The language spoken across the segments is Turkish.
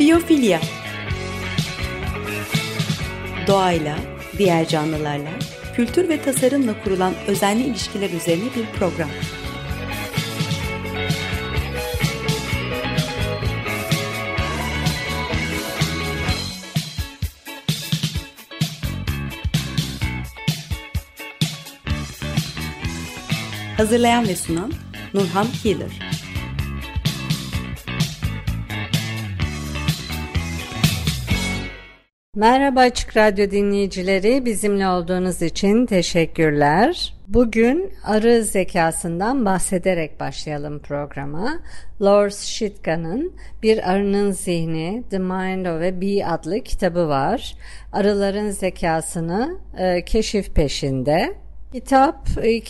Biyofilya. Doğayla, diğer canlılarla, kültür ve tasarımla kurulan özenli ilişkiler üzerine bir program. Hazırlayan ve sunan Nurhan Healer. Merhaba Açık Radyo dinleyicileri, bizimle olduğunuz için teşekkürler. Bugün arı zekasından bahsederek başlayalım programa. Lors Schittka'nın Bir Arının Zihni, The Mind of a Bee adlı kitabı var. Arıların zekasını keşif peşinde. Kitap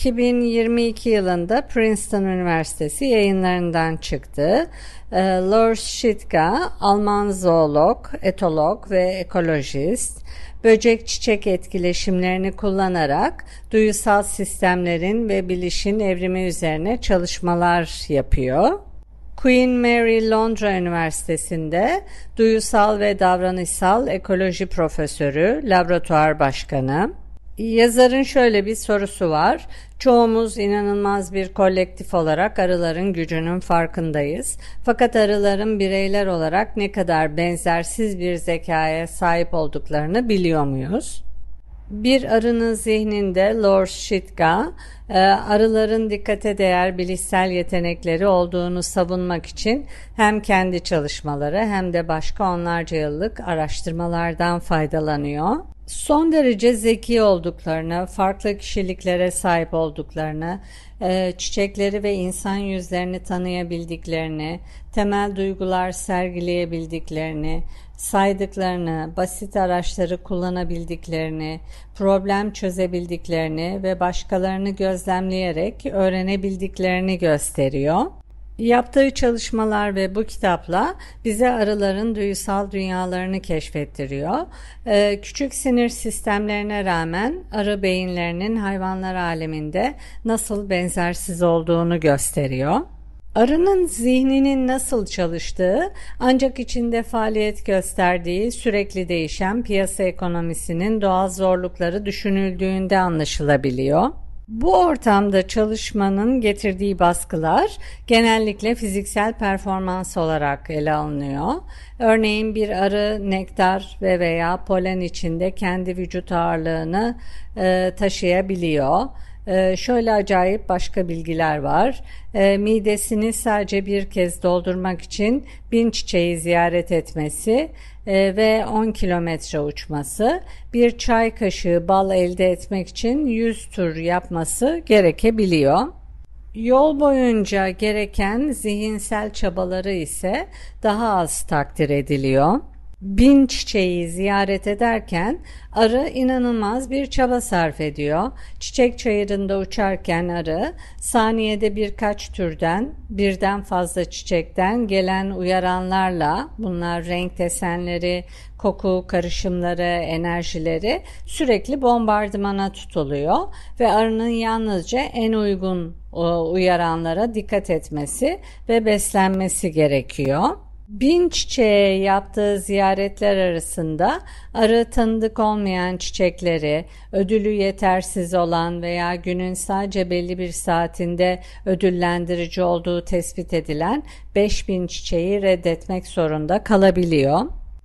2022 yılında Princeton Üniversitesi yayınlarından çıktı. Lors Schittka, Alman zoolog, etolog ve ekolojist, böcek-çiçek etkileşimlerini kullanarak duyusal sistemlerin ve bilişin evrimi üzerine çalışmalar yapıyor. Queen Mary Londra Üniversitesi'nde duyusal ve davranışsal ekoloji profesörü, laboratuvar başkanı. Yazarın şöyle bir sorusu var. Çoğumuz inanılmaz bir kolektif olarak arıların gücünün farkındayız. Fakat arıların bireyler olarak ne kadar benzersiz bir zekaya sahip olduklarını biliyor muyuz? Bir arının zihninde Lors Schittka, arıların dikkate değer bilişsel yetenekleri olduğunu savunmak için hem kendi çalışmaları hem de başka onlarca yıllık araştırmalardan faydalanıyor. Son derece zeki olduklarını, farklı kişiliklere sahip olduklarını, çiçekleri ve insan yüzlerini tanıyabildiklerini, temel duygular sergileyebildiklerini, saydıklarını, basit araçları kullanabildiklerini, problem çözebildiklerini ve başkalarını gözlemleyerek öğrenebildiklerini gösteriyor. Yaptığı çalışmalar ve bu kitapla bize arıların duyusal dünyalarını keşfettiriyor. Küçük sinir sistemlerine rağmen arı beyinlerinin hayvanlar aleminde nasıl benzersiz olduğunu gösteriyor. Arının zihninin nasıl çalıştığı ancak içinde faaliyet gösterdiği sürekli değişen piyasa ekonomisinin doğal zorlukları düşünüldüğünde anlaşılabiliyor. Bu ortamda çalışmanın getirdiği baskılar genellikle fiziksel performans olarak ele alınıyor. Örneğin bir arı nektar veya polen içinde kendi vücut ağırlığını taşıyabiliyor. Şöyle acayip başka bilgiler var. Midesini sadece bir kez doldurmak için 1000 çiçeği ziyaret etmesi ve 10 kilometre uçması, bir çay kaşığı bal elde etmek için 100 tur yapması gerekebiliyor. Yol boyunca gereken zihinsel çabaları ise daha az takdir ediliyor. 1000 çiçeği ziyaret ederken arı inanılmaz bir çaba sarf ediyor. Çiçek çayırında uçarken arı saniyede birkaç türden, birden fazla çiçekten gelen uyaranlarla, bunlar renk desenleri, koku karışımları, enerjileri sürekli bombardımana tutuluyor ve arının yalnızca en uygun uyaranlara dikkat etmesi ve beslenmesi gerekiyor. 1000 çiçeğe yaptığı ziyaretler arasında arı tanıdık olmayan çiçekleri, ödülü yetersiz olan veya günün sadece belli bir saatinde ödüllendirici olduğu tespit edilen 5000 çiçeği reddetmek zorunda kalabiliyor.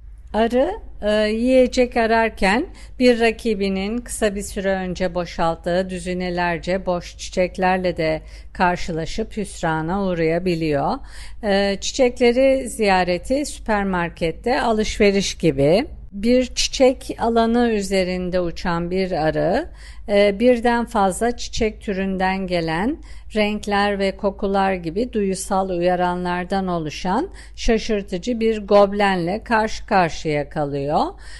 Arı yiyecek ararken bir rakibinin kısa bir süre önce boşalttığı düzinelerce boş çiçeklerle de karşılaşıp hüsrana uğrayabiliyor. Çiçekleri ziyareti süpermarkette alışveriş gibi. Bir çiçek alanı üzerinde uçan bir arı, birden fazla çiçek türünden gelen renkler ve kokular gibi duyusal uyaranlardan oluşan şaşırtıcı bir goblenle karşı karşıya kalıyor.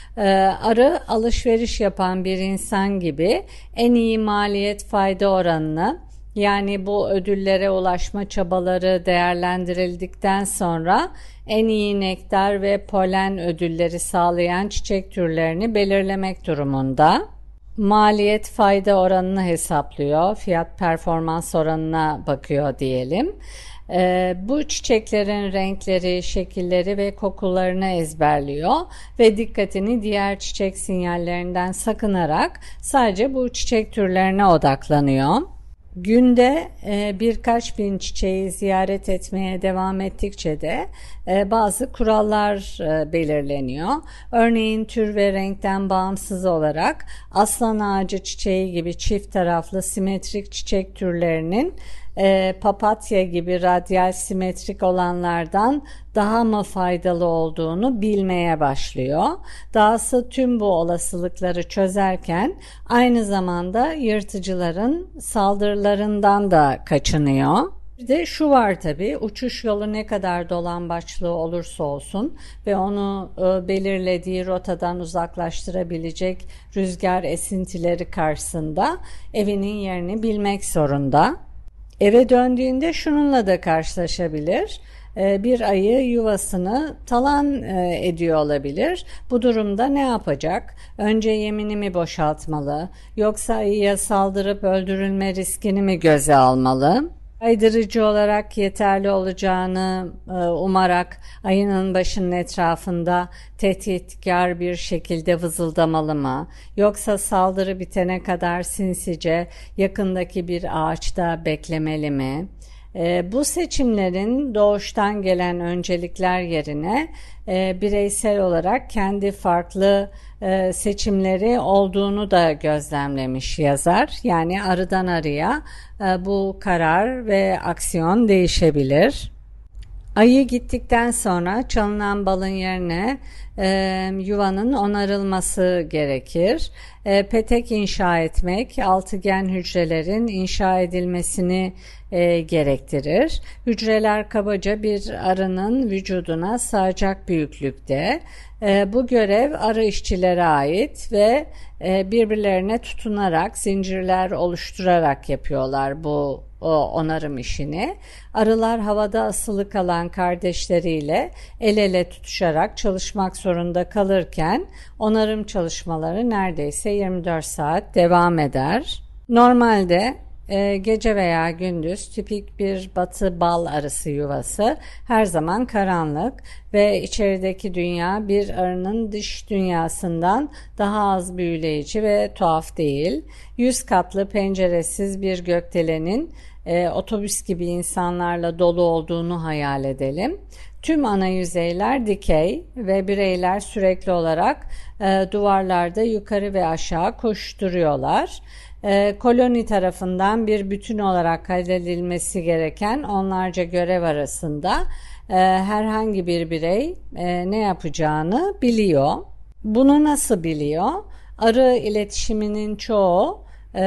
Arı alışveriş yapan bir insan gibi en iyi maliyet fayda oranını, yani bu ödüllere ulaşma çabaları değerlendirildikten sonra en iyi nektar ve polen ödülleri sağlayan çiçek türlerini belirlemek durumunda. Maliyet fayda oranını hesaplıyor, fiyat performans oranına bakıyor diyelim. Bu çiçeklerin renkleri, şekilleri ve kokularını ezberliyor ve dikkatini diğer çiçek sinyallerinden sakınarak sadece bu çiçek türlerine odaklanıyor. Günde birkaç bin çiçeği ziyaret etmeye devam ettikçe de bazı kurallar belirleniyor. Örneğin tür ve renkten bağımsız olarak aslan ağacı çiçeği gibi çift taraflı simetrik çiçek türlerinin papatya gibi radyal simetrik olanlardan daha mı faydalı olduğunu bilmeye başlıyor. Dahası tüm bu olasılıkları çözerken aynı zamanda yırtıcıların saldırılarından da kaçınıyor. Bir de şu var tabii, uçuş yolu ne kadar dolambaçlı olursa olsun ve onu belirlediği rotadan uzaklaştırabilecek rüzgar esintileri karşısında evinin yerini bilmek zorunda. Eve döndüğünde şununla da karşılaşabilir. Bir ayı yuvasını talan ediyor olabilir. Bu durumda ne yapacak? Önce yemini mi boşaltmalı? Yoksa ayıya saldırıp öldürülme riskini mi göze almalı? Caydırıcı olarak yeterli olacağını umarak ayının başının etrafında tehditkar bir şekilde vızıldamalı mı? Yoksa saldırı bitene kadar sinsice yakındaki bir ağaçta beklemeli mi? Bu seçimlerin doğuştan gelen öncelikler yerine bireysel olarak kendi farklı seçimleri olduğunu da gözlemlemiş yazar. Yani arıdan arıya bu karar ve aksiyon değişebilir. Ayı gittikten sonra çalınan balın yerine yuvanın onarılması gerekir. Petek inşa etmek, altıgen hücrelerin inşa edilmesini gerektirir. Hücreler kabaca bir arının vücuduna sığacak büyüklükte. Bu görev arı işçilere ait ve birbirlerine tutunarak, zincirler oluşturarak yapıyorlar bu onarım işini. Arılar havada asılı kalan kardeşleriyle el ele tutuşarak çalışmak zorunda kalırken onarım çalışmaları neredeyse 24 saat devam eder. Normalde gece veya gündüz tipik bir batı bal arısı yuvası her zaman karanlık ve içerideki dünya bir arının dış dünyasından daha az büyüleyici ve tuhaf değil. 100 katlı penceresiz bir gökdelenin otobüs gibi insanlarla dolu olduğunu hayal edelim. Tüm ana yüzeyler dikey ve bireyler sürekli olarak duvarlarda yukarı ve aşağı koşturuyorlar. Koloni tarafından bir bütün olarak halledilmesi gereken onlarca görev arasında herhangi bir birey ne yapacağını biliyor. Bunu nasıl biliyor? Arı iletişiminin çoğu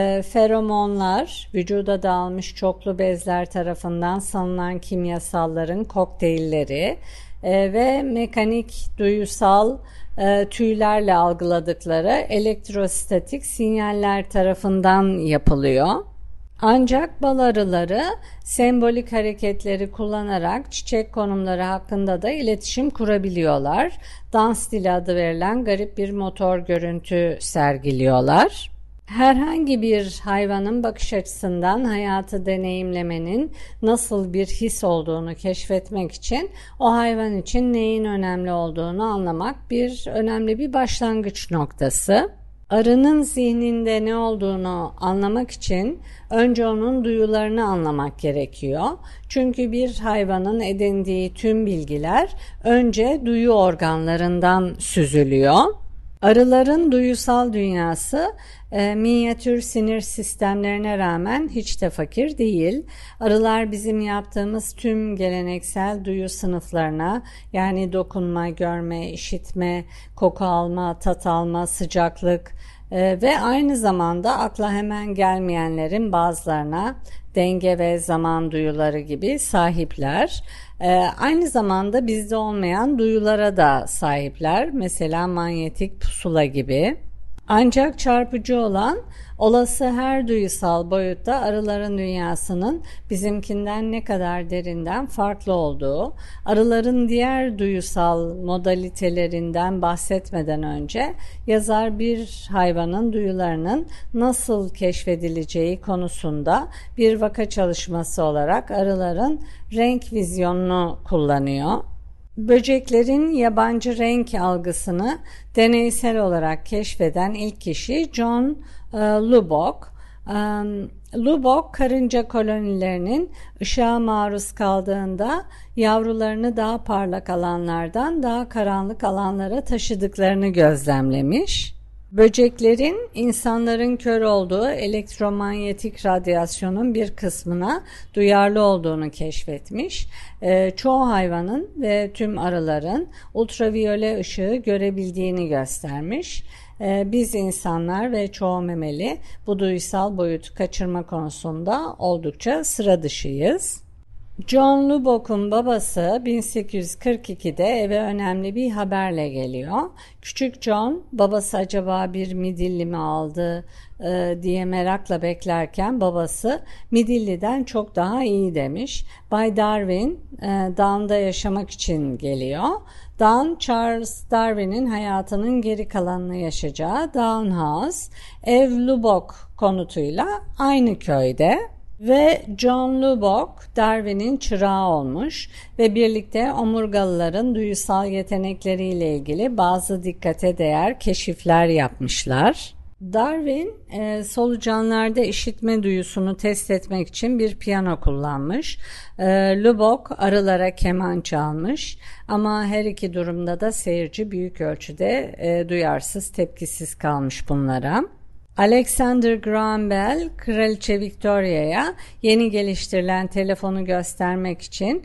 feromonlar, vücuda dağılmış çoklu bezler tarafından salınan kimyasalların kokteylleri ve mekanik, duyusal tüylerle algıladıkları elektrostatik sinyaller tarafından yapılıyor. Ancak bal arıları sembolik hareketleri kullanarak çiçek konumları hakkında da iletişim kurabiliyorlar. Dans dili adı verilen garip bir motor görüntü sergiliyorlar. Herhangi bir hayvanın bakış açısından hayatı deneyimlemenin nasıl bir his olduğunu keşfetmek için o hayvan için neyin önemli olduğunu anlamak önemli bir başlangıç noktası. Arının zihninde ne olduğunu anlamak için önce onun duyularını anlamak gerekiyor. Çünkü bir hayvanın edindiği tüm bilgiler önce duyu organlarından süzülüyor. Arıların duyusal dünyası minyatür sinir sistemlerine rağmen hiç de fakir değil. Arılar bizim yaptığımız tüm geleneksel duyu sınıflarına, yani dokunma, görme, işitme, koku alma, tat alma, sıcaklık ve aynı zamanda akla hemen gelmeyenlerin bazılarına denge ve zaman duyuları gibi sahipler. Aynı zamanda bizde olmayan duyulara da sahipler. Mesela manyetik pusula gibi. Ancak çarpıcı olan olası her duyusal boyutta arıların dünyasının bizimkinden ne kadar derinden farklı olduğu, arıların diğer duyusal modalitelerinden bahsetmeden önce yazar bir hayvanın duyularının nasıl keşfedileceği konusunda bir vaka çalışması olarak arıların renk vizyonunu kullanıyor. Böceklerin yabancı renk algısını deneysel olarak keşfeden ilk kişi John Lubbock. Lubbock, karınca kolonilerinin ışığa maruz kaldığında yavrularını daha parlak alanlardan daha karanlık alanlara taşıdıklarını gözlemlemiş. Böceklerin insanların kör olduğu elektromanyetik radyasyonun bir kısmına duyarlı olduğunu keşfetmiş. Çoğu hayvanın ve tüm arıların ultraviyole ışığı görebildiğini göstermiş. Biz insanlar ve çoğu memeli bu duysal boyutu kaçırma konusunda oldukça sıra dışıyız. John Lubbock'un babası 1842'de eve önemli bir haberle geliyor. Küçük John, babası acaba bir midilli mi aldı diye merakla beklerken babası midilliden çok daha iyi demiş. Bay Darwin Down'da yaşamak için geliyor. Down, Charles Darwin'in hayatının geri kalanını yaşayacağı Down House, ev Lubbock konutuyla aynı köyde. Ve John Lubbock Darwin'in çırağı olmuş ve birlikte omurgalıların duyusal yetenekleriyle ilgili bazı dikkate değer keşifler yapmışlar. Darwin solucanlarda işitme duyusunu test etmek için bir piyano kullanmış. Lubbock arılara keman çalmış ama her iki durumda da seyirci büyük ölçüde duyarsız, tepkisiz kalmış bunlara. Alexander Graham Bell, Kraliçe Victoria'ya yeni geliştirilen telefonu göstermek için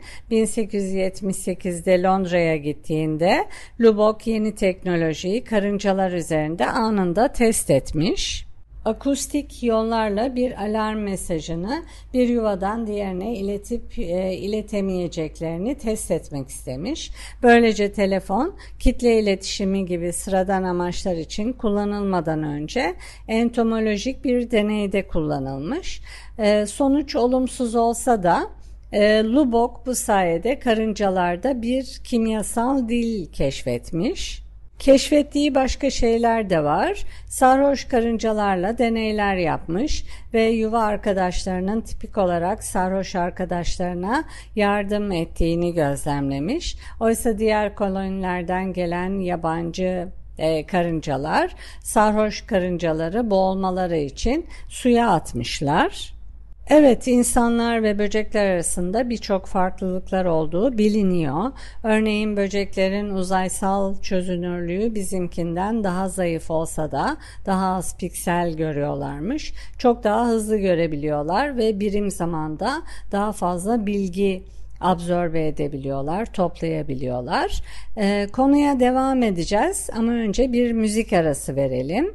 1878'de Londra'ya gittiğinde Lubbock yeni teknolojiyi karıncalar üzerinde anında test etmiş. Akustik yollarla bir alarm mesajını bir yuvadan diğerine iletip iletemeyeceklerini test etmek istemiş. Böylece telefon kitle iletişimi gibi sıradan amaçlar için kullanılmadan önce entomolojik bir deneyde kullanılmış. Sonuç olumsuz olsa da Lubbock bu sayede karıncalarda bir kimyasal dil keşfetmiş. Keşfettiği başka şeyler de var. Sarhoş karıncalarla deneyler yapmış ve yuva arkadaşlarının tipik olarak sarhoş arkadaşlarına yardım ettiğini gözlemlemiş. Oysa diğer kolonilerden gelen yabancı karıncalar sarhoş karıncaları boğulmaları için suya atmışlar. Evet, insanlar ve böcekler arasında birçok farklılıklar olduğu biliniyor. Örneğin böceklerin uzaysal çözünürlüğü bizimkinden daha zayıf olsa da daha az piksel görüyorlarmış. Çok daha hızlı görebiliyorlar ve birim zamanda daha fazla bilgi absorbe edebiliyorlar, toplayabiliyorlar. Konuya devam edeceğiz ama önce bir müzik arası verelim.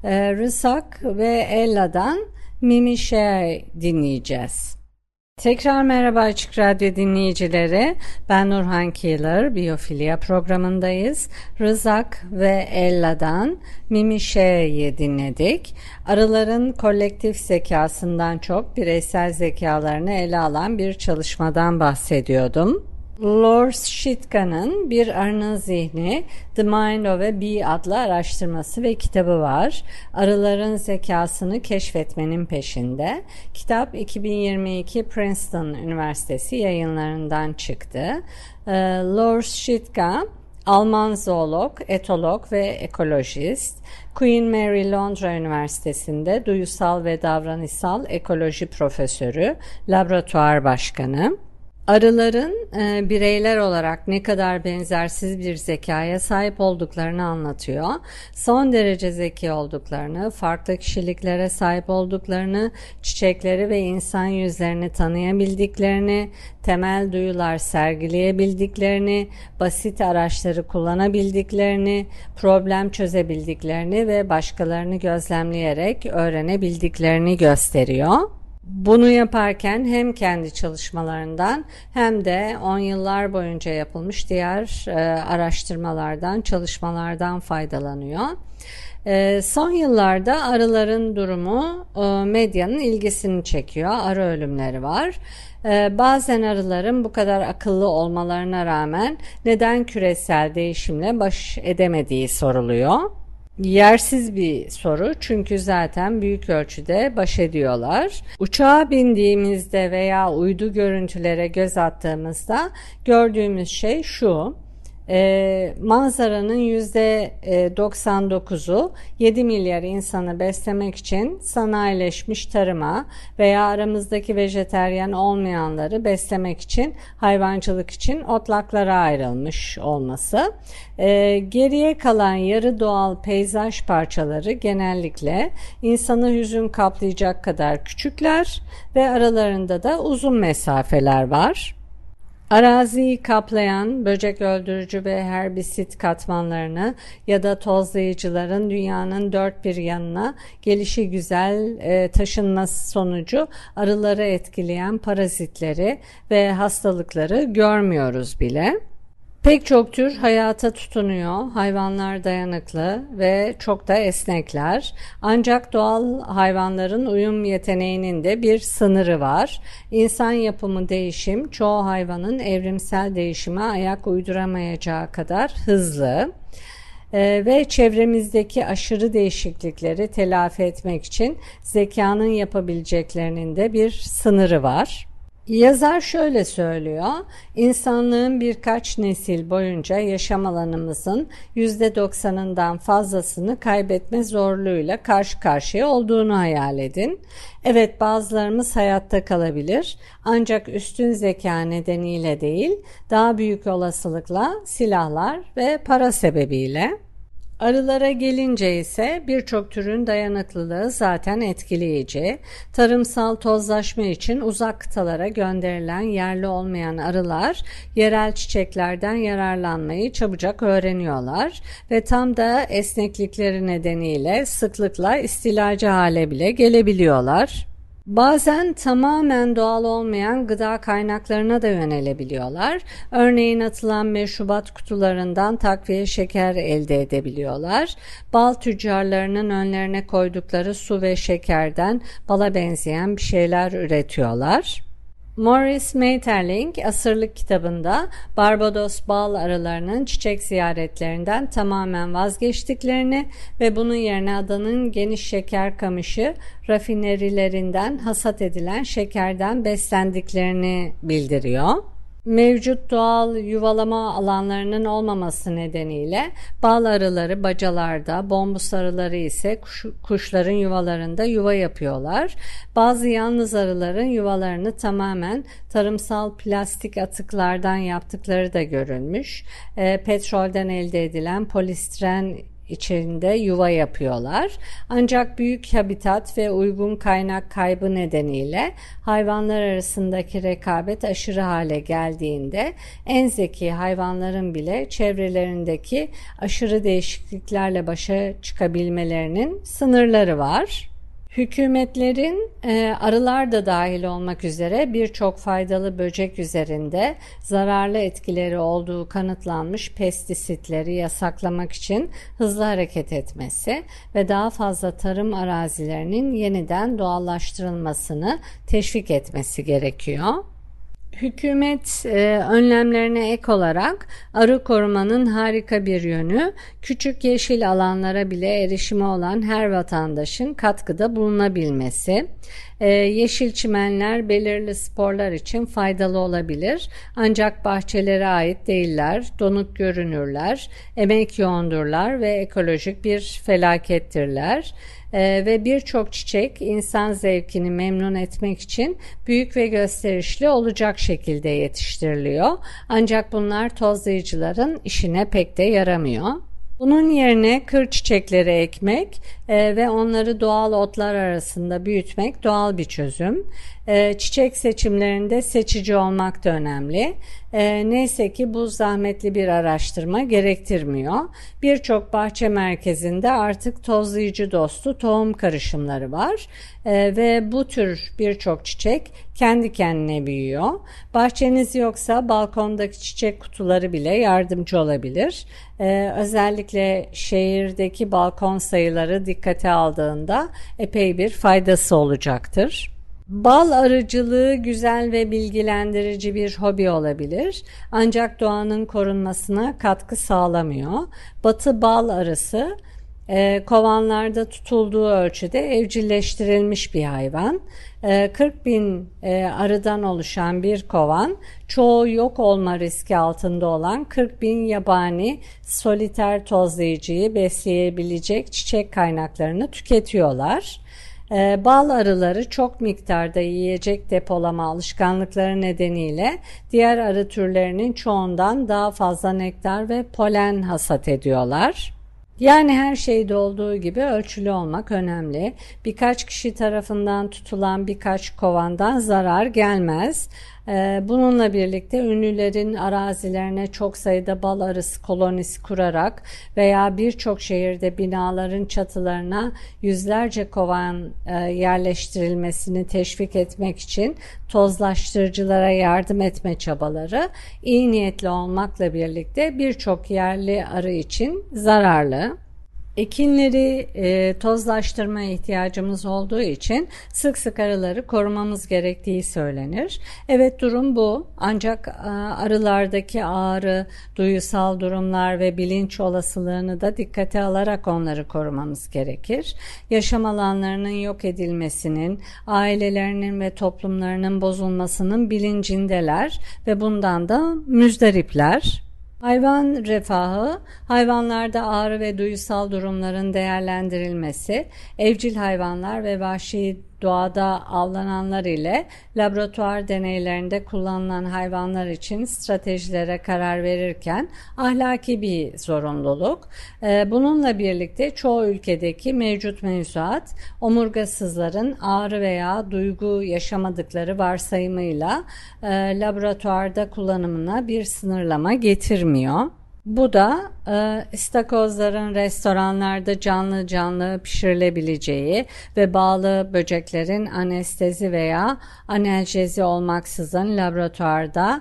Rısak ve Ella'dan Mimi Shea dinleyeceğiz. Tekrar merhaba Açık Radyo dinleyicileri. Ben Nurhan Keeler, Biyofilya programındayız. Rızak ve Ella'dan Mimi Shea'yı dinledik. Arıların kolektif zekasından çok bireysel zekalarını ele alan bir çalışmadan bahsediyordum. Lors Schittka'nın Bir Arının Zihni, The Mind of a Bee adlı araştırması ve kitabı var. Arıların zekasını keşfetmenin peşinde. Kitap 2022 Princeton Üniversitesi yayınlarından çıktı. Lors Schittka, Alman zoolog, etolog ve ekolojist. Queen Mary Londra Üniversitesi'nde duyusal ve davranışsal ekoloji profesörü, laboratuvar başkanı. Arıların bireyler olarak ne kadar benzersiz bir zekaya sahip olduklarını anlatıyor. Son derece zeki olduklarını, farklı kişiliklere sahip olduklarını, çiçekleri ve insan yüzlerini tanıyabildiklerini, temel duyular sergileyebildiklerini, basit araçları kullanabildiklerini, problem çözebildiklerini ve başkalarını gözlemleyerek öğrenebildiklerini gösteriyor. Bunu yaparken hem kendi çalışmalarından hem de 10 yıllar boyunca yapılmış diğer araştırmalardan, çalışmalardan faydalanıyor. Son yıllarda arıların durumu medyanın ilgisini çekiyor. Arı ölümleri var. Bazen arıların bu kadar akıllı olmalarına rağmen neden küresel değişimle baş edemediği soruluyor. Yersiz bir soru çünkü zaten büyük ölçüde baş ediyorlar. Uçağa bindiğimizde veya uydu görüntülere göz attığımızda gördüğümüz şey şu: manzaranın %99'u 7 milyar insanı beslemek için sanayileşmiş tarıma veya aramızdaki vejeteryan olmayanları beslemek için, hayvancılık için otlaklara ayrılmış olması. Geriye kalan yarı doğal peyzaj parçaları genellikle insanı hüzün kaplayacak kadar küçükler ve aralarında da uzun mesafeler var. Araziyi kaplayan böcek öldürücü ve herbisit katmanlarını ya da tozlayıcıların dünyanın dört bir yanına gelişigüzel taşınması sonucu arıları etkileyen parazitleri ve hastalıkları görmüyoruz bile. Pek çok tür hayata tutunuyor. Hayvanlar dayanıklı ve çok da esnekler. Ancak doğal hayvanların uyum yeteneğinin de bir sınırı var. İnsan yapımı değişim çoğu hayvanın evrimsel değişime ayak uyduramayacağı kadar hızlı. Ve çevremizdeki aşırı değişiklikleri telafi etmek için zekanın yapabileceklerinin de bir sınırı var. Yazar şöyle söylüyor: İnsanlığın birkaç nesil boyunca yaşam alanımızın %90'ından fazlasını kaybetme zorluğuyla karşı karşıya olduğunu hayal edin. Evet, bazılarımız hayatta kalabilir ancak üstün zeka nedeniyle değil, daha büyük olasılıkla silahlar ve para sebebiyle. Arılara gelince ise birçok türün dayanıklılığı zaten etkileyici. Tarımsal tozlaşma için uzak kıtalara gönderilen yerli olmayan arılar yerel çiçeklerden yararlanmayı çabucak öğreniyorlar ve tam da esneklikleri nedeniyle sıklıkla istilacı hale bile gelebiliyorlar. Bazen tamamen doğal olmayan gıda kaynaklarına da yönelebiliyorlar. Örneğin atılan meşrubat kutularından takviye şeker elde edebiliyorlar. Bal tüccarlarının önlerine koydukları su ve şekerden bala benzeyen bir şeyler üretiyorlar. Maurice Maeterlinck Asırlık kitabında Barbados bal arılarının çiçek ziyaretlerinden tamamen vazgeçtiklerini ve bunun yerine adanın geniş şeker kamışı rafinerilerinden hasat edilen şekerden beslendiklerini bildiriyor. Mevcut doğal yuvalama alanlarının olmaması nedeniyle bal arıları bacalarda, bombus arıları ise kuşların yuvalarında yuva yapıyorlar. Bazı yalnız arıların yuvalarını tamamen tarımsal plastik atıklardan yaptıkları da görülmüş. Petrolden elde edilen polistiren içinde yuva yapıyorlar. Ancak büyük habitat ve uygun kaynak kaybı nedeniyle hayvanlar arasındaki rekabet aşırı hale geldiğinde en zeki hayvanların bile çevrelerindeki aşırı değişikliklerle başa çıkabilmelerinin sınırları var. Hükümetlerin arılar da dahil olmak üzere birçok faydalı böcek üzerinde zararlı etkileri olduğu kanıtlanmış pestisitleri yasaklamak için hızlı hareket etmesi ve daha fazla tarım arazilerinin yeniden doğallaştırılmasını teşvik etmesi gerekiyor. Hükümet önlemlerine ek olarak arı korumanın harika bir yönü, küçük yeşil alanlara bile erişimi olan her vatandaşın katkıda bulunabilmesi. Yeşil çimenler belirli sporlar için faydalı olabilir ancak bahçelere ait değiller, donuk görünürler, emek yoğundurlar ve ekolojik bir felakettirler. Ve birçok çiçek insan zevkini memnun etmek için büyük ve gösterişli olacak şekilde yetiştiriliyor. Ancak bunlar tozlayıcıların işine pek de yaramıyor. Bunun yerine kır çiçekleri ekmek ve onları doğal otlar arasında büyütmek doğal bir çözüm. Çiçek seçimlerinde seçici olmak da önemli. Neyse ki bu zahmetli bir araştırma gerektirmiyor. Birçok bahçe merkezinde artık tozlayıcı dostu tohum karışımları var ve bu tür birçok çiçek kendi kendine büyüyor. Bahçeniz yoksa balkondaki çiçek kutuları bile yardımcı olabilir. Özellikle şehirdeki balkon sayıları dikkate aldığında epey bir faydası olacaktır. Bal arıcılığı güzel ve bilgilendirici bir hobi olabilir, ancak doğanın korunmasına katkı sağlamıyor. Batı bal arısı kovanlarda tutulduğu ölçüde evcilleştirilmiş bir hayvan. 40 bin arıdan oluşan bir kovan, çoğu yok olma riski altında olan 40 bin yabani soliter tozlayıcıyı besleyebilecek çiçek kaynaklarını tüketiyorlar. Bal arıları çok miktarda yiyecek depolama alışkanlıkları nedeniyle diğer arı türlerinin çoğundan daha fazla nektar ve polen hasat ediyorlar. Yani her şeyde olduğu gibi ölçülü olmak önemli. Birkaç kişi tarafından tutulan birkaç kovandan zarar gelmez. Bununla birlikte ünlülerin arazilerine çok sayıda bal arısı kolonisi kurarak veya birçok şehirde binaların çatılarına yüzlerce kovan yerleştirilmesini teşvik etmek için tozlaştırıcılara yardım etme çabaları iyi niyetli olmakla birlikte birçok yerli arı için zararlı. Ekinleri tozlaştırmaya ihtiyacımız olduğu için sık sık arıları korumamız gerektiği söylenir. Evet, durum bu. Ancak arılardaki ağrı, duyusal durumlar ve bilinç olasılığını da dikkate alarak onları korumamız gerekir. Yaşam alanlarının yok edilmesinin, ailelerinin ve toplumlarının bozulmasının bilincindeler ve bundan da müzdaripler. Hayvan refahı, hayvanlarda ağrı ve duyusal durumların değerlendirilmesi, evcil hayvanlar ve vahşi doğada avlananlar ile laboratuvar deneylerinde kullanılan hayvanlar için stratejilere karar verirken ahlaki bir zorunluluk. Bununla birlikte çoğu ülkedeki mevcut mevzuat, omurgasızların ağrı veya duygu yaşamadıkları varsayımıyla laboratuvarda kullanımına bir sınırlama getirmiyor. Bu da istakozların restoranlarda canlı canlı pişirilebileceği ve bağlı böceklerin anestezi veya analjezi olmaksızın laboratuvarda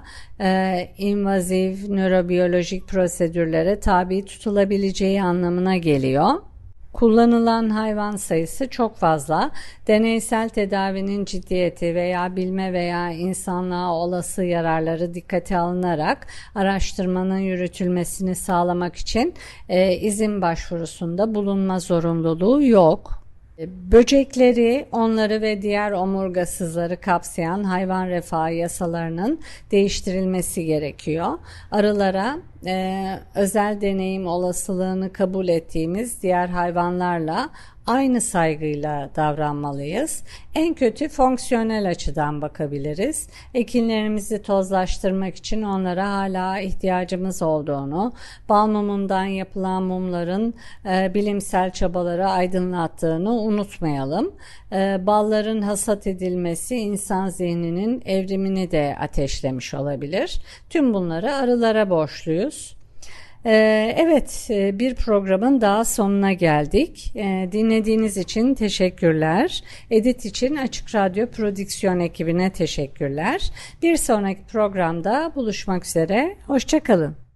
invaziv nörobiyolojik prosedürlere tabi tutulabileceği anlamına geliyor. Kullanılan hayvan sayısı çok fazla. Deneysel tedavinin ciddiyeti veya bilme veya insanlığa olası yararları dikkate alınarak araştırmanın yürütülmesini sağlamak için izin başvurusunda bulunma zorunluluğu yok. Böcekleri, onları ve diğer omurgasızları kapsayan hayvan refahı yasalarının değiştirilmesi gerekiyor. Arılara özel deneyim olasılığını kabul ettiğimiz diğer hayvanlarla aynı saygıyla davranmalıyız. En kötü fonksiyonel açıdan bakabiliriz. Ekinlerimizi tozlaştırmak için onlara hala ihtiyacımız olduğunu, bal mumundan yapılan mumların bilimsel çabaları aydınlattığını unutmayalım. Balların hasat edilmesi insan zihninin evrimini de ateşlemiş olabilir. Tüm bunları arılara borçluyuz. Evet, bir programın daha sonuna geldik. Dinlediğiniz için teşekkürler. Edit için Açık Radyo Prodüksiyon ekibine teşekkürler. Bir sonraki programda buluşmak üzere. Hoşça kalın.